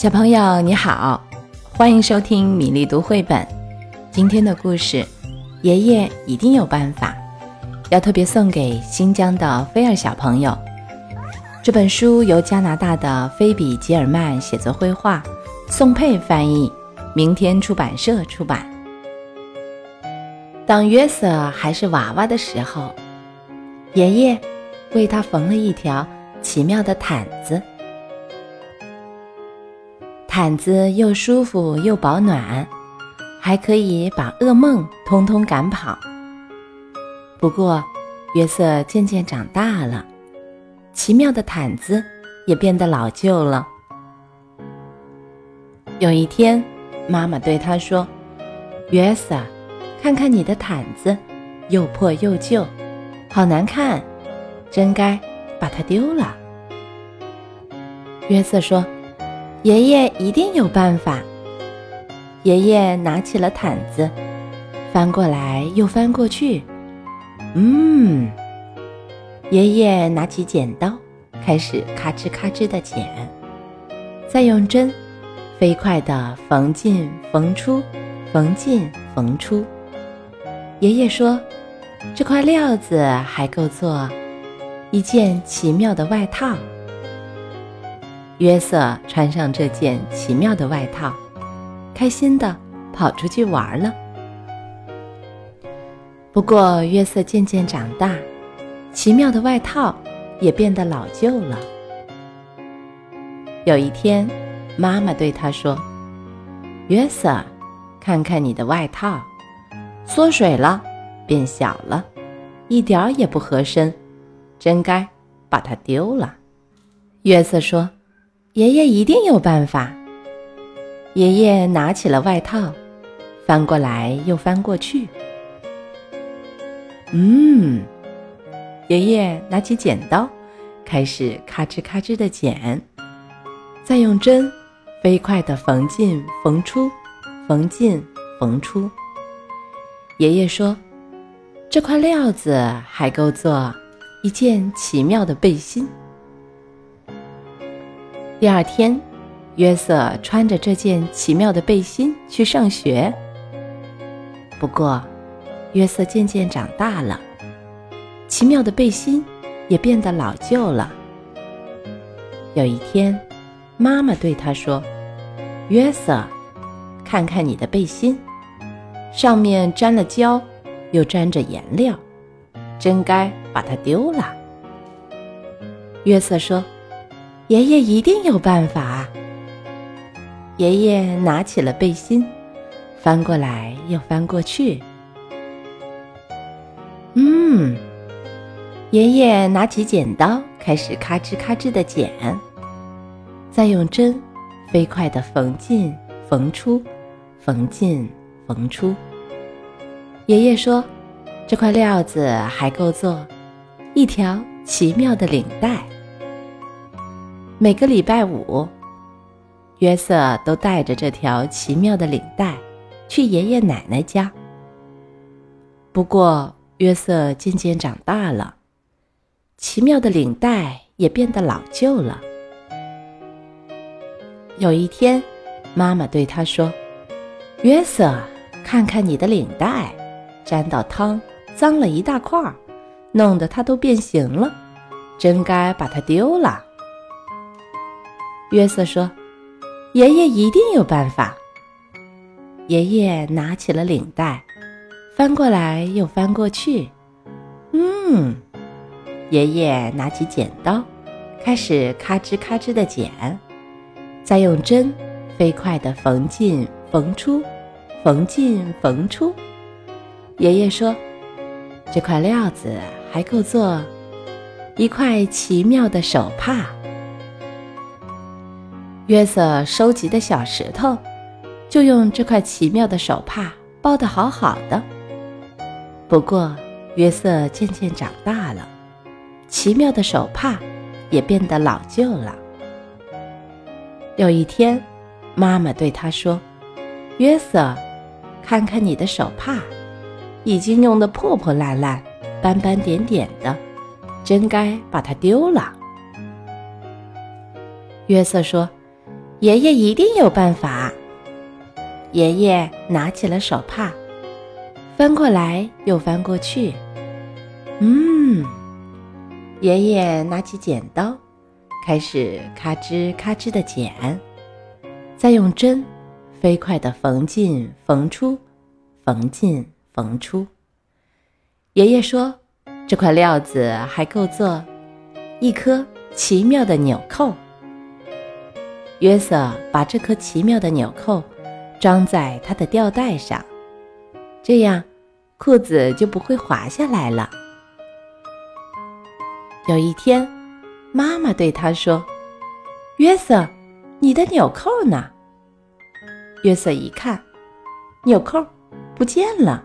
小朋友你好，欢迎收听米粒读绘本。今天的故事爷爷一定有办法，要特别送给新疆的菲尔小朋友。这本书由加拿大的菲比·吉尔曼写作绘画，宋佩翻译，明天出版社出版。当约瑟还是娃娃的时候，爷爷为他缝了一条奇妙的毯子。毯子又舒服又保暖，还可以把噩梦通通赶跑。不过约瑟渐渐长大了，奇妙的毯子也变得老旧了。有一天，妈妈对他说：约瑟，看看你的毯子，又破又旧，好难看，真该把它丢了。约瑟说：爷爷一定有办法。爷爷拿起了毯子，翻过来又翻过去。爷爷拿起剪刀，开始咔吱咔吱地剪，再用针飞快地缝进缝出，缝进缝出。爷爷说，这块料子还够做一件奇妙的外套。约瑟穿上这件奇妙的外套，开心地跑出去玩了。不过约瑟渐渐长大，奇妙的外套也变得老旧了。有一天，妈妈对他说：约瑟，看看你的外套，缩水了，变小了，一点儿也不合身，真该把它丢了。约瑟说：爷爷一定有办法。爷爷拿起了外套，翻过来又翻过去。爷爷拿起剪刀，开始咔吱咔吱地剪，再用针飞快地缝进缝出，缝进缝出。爷爷说，这块料子还够做一件奇妙的背心。第二天，约瑟穿着这件奇妙的背心去上学。不过约瑟渐渐长大了，奇妙的背心也变得老旧了。有一天，妈妈对他说：约瑟，看看你的背心，上面沾了胶，又沾着颜料，真该把它丢了。约瑟说：爷爷一定有办法。爷爷拿起了背心，翻过来又翻过去。爷爷拿起剪刀，开始咔吱咔吱地剪，再用针飞快地缝进缝出，缝进缝出。爷爷说，这块料子还够做一条奇妙的领带。每个礼拜五，约瑟都带着这条奇妙的领带去爷爷奶奶家。不过约瑟渐渐长大了，奇妙的领带也变得老旧了。有一天，妈妈对他说：约瑟，看看你的领带，沾到汤，脏了一大块，弄得它都变形了，真该把它丢了。约瑟说：爷爷一定有办法。爷爷拿起了领带，翻过来又翻过去。爷爷拿起剪刀，开始咔吱咔吱地剪，再用针飞快地缝进缝出，缝进缝出。爷爷说，这块料子还够做一块奇妙的手帕。约瑟收集的小石头就用这块奇妙的手帕包得好好的。不过约瑟渐渐长大了，奇妙的手帕也变得老旧了。有一天，妈妈对他说：约瑟，看看你的手帕，已经用得破破烂烂，斑斑点点的，真该把它丢了。约瑟说： 爷爷一定有办法。爷爷拿起了手帕，翻过来又翻过去。爷爷拿起剪刀，开始咔吱咔吱地剪，再用针飞快地缝进缝出，缝进缝出。爷爷说，这块料子还够做一颗奇妙的纽扣。约瑟把这颗奇妙的纽扣装在他的吊带上，这样裤子就不会滑下来了。有一天，妈妈对他说，约瑟，你的纽扣呢？约瑟一看，纽扣不见了。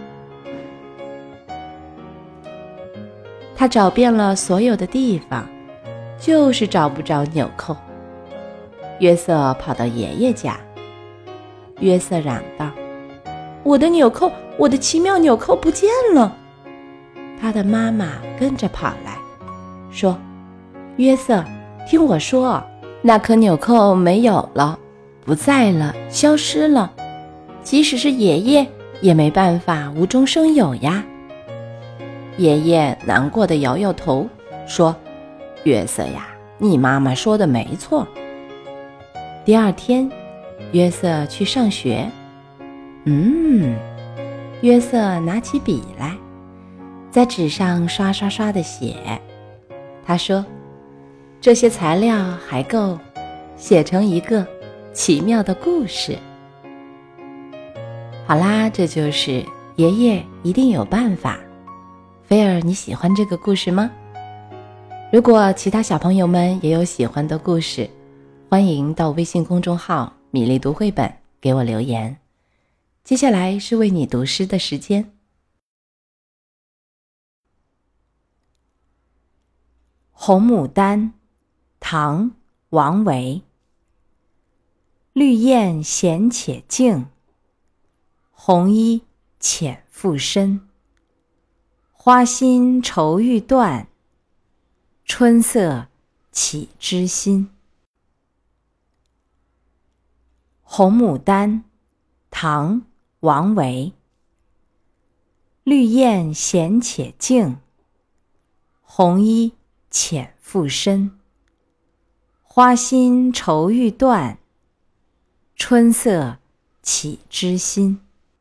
他找遍了所有的地方，就是找不着纽扣。约瑟跑到爷爷家，约瑟嚷道，我的纽扣，我的奇妙纽扣不见了。他的妈妈跟着跑来，说，约瑟，听我说，那颗纽扣没有了，不在了，消失了，即使是爷爷也没办法无中生有呀。爷爷难过地摇摇头，说，约瑟呀，你妈妈说的没错。第二天，约瑟去上学。约瑟拿起笔来，在纸上刷刷刷地写。他说，这些材料还够写成一个奇妙的故事。好啦，这就是爷爷一定有办法。菲儿，你喜欢这个故事吗？如果其他小朋友们也有喜欢的故事，欢迎到微信公众号米粒读绘本给我留言。接下来是为你读诗的时间。红牡丹，唐·王维。绿叶闲且静，红衣浅覆深。花心愁欲断，春色起知心。红牡丹，唐·王维。绿叶闲且静，红衣浅覆深。花心愁欲断，春色起知心。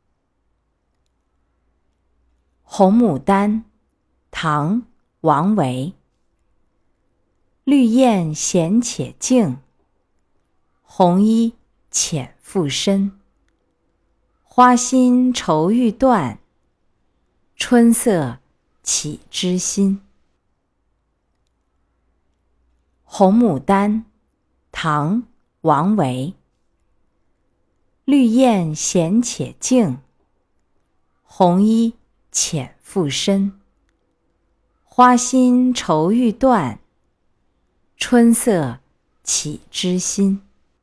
红牡丹，唐·王维。绿叶闲且静，红衣浅覆深。花心愁欲断，春色起知心。红牡丹，唐·王维。绿叶闲且静，红衣浅覆深。花心愁欲断，春色起知心。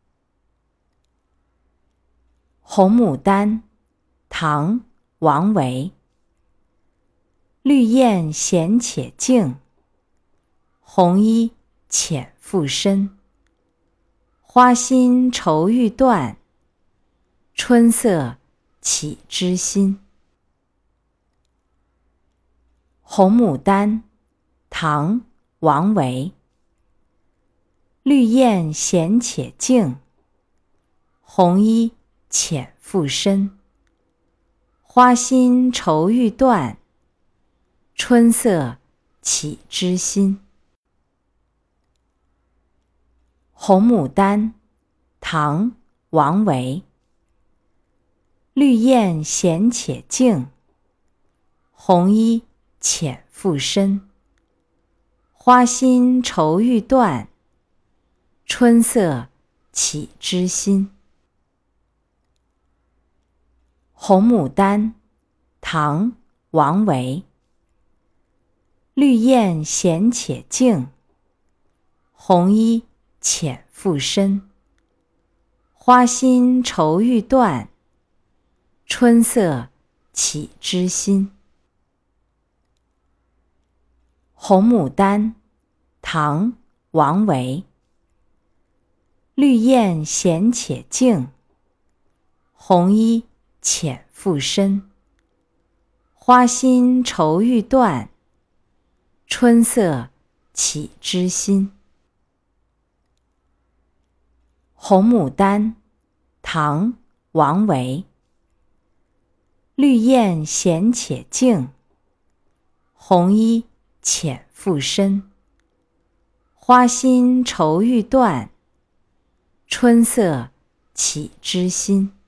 红牡丹，唐·王维。绿叶闲且静，红衣浅覆深。花心愁欲断，春色起知心。红牡丹，唐·王维。绿叶闲且静，红衣浅覆深。花心愁欲断，春色起知心。红牡丹，唐·王维。绿叶闲且静，红衣浅覆深。花心愁欲断，春色起知心。红牡丹，唐·王维。绿叶闲且静，红衣浅覆深。花心愁欲断，春色起知心。红牡丹，唐·王维。 绿燕闲且静，红衣浅覆深。花心愁欲断，春色起知心。红牡丹，唐·王维。绿燕闲且静，红衣浅覆深。花心愁欲断，春色起知心。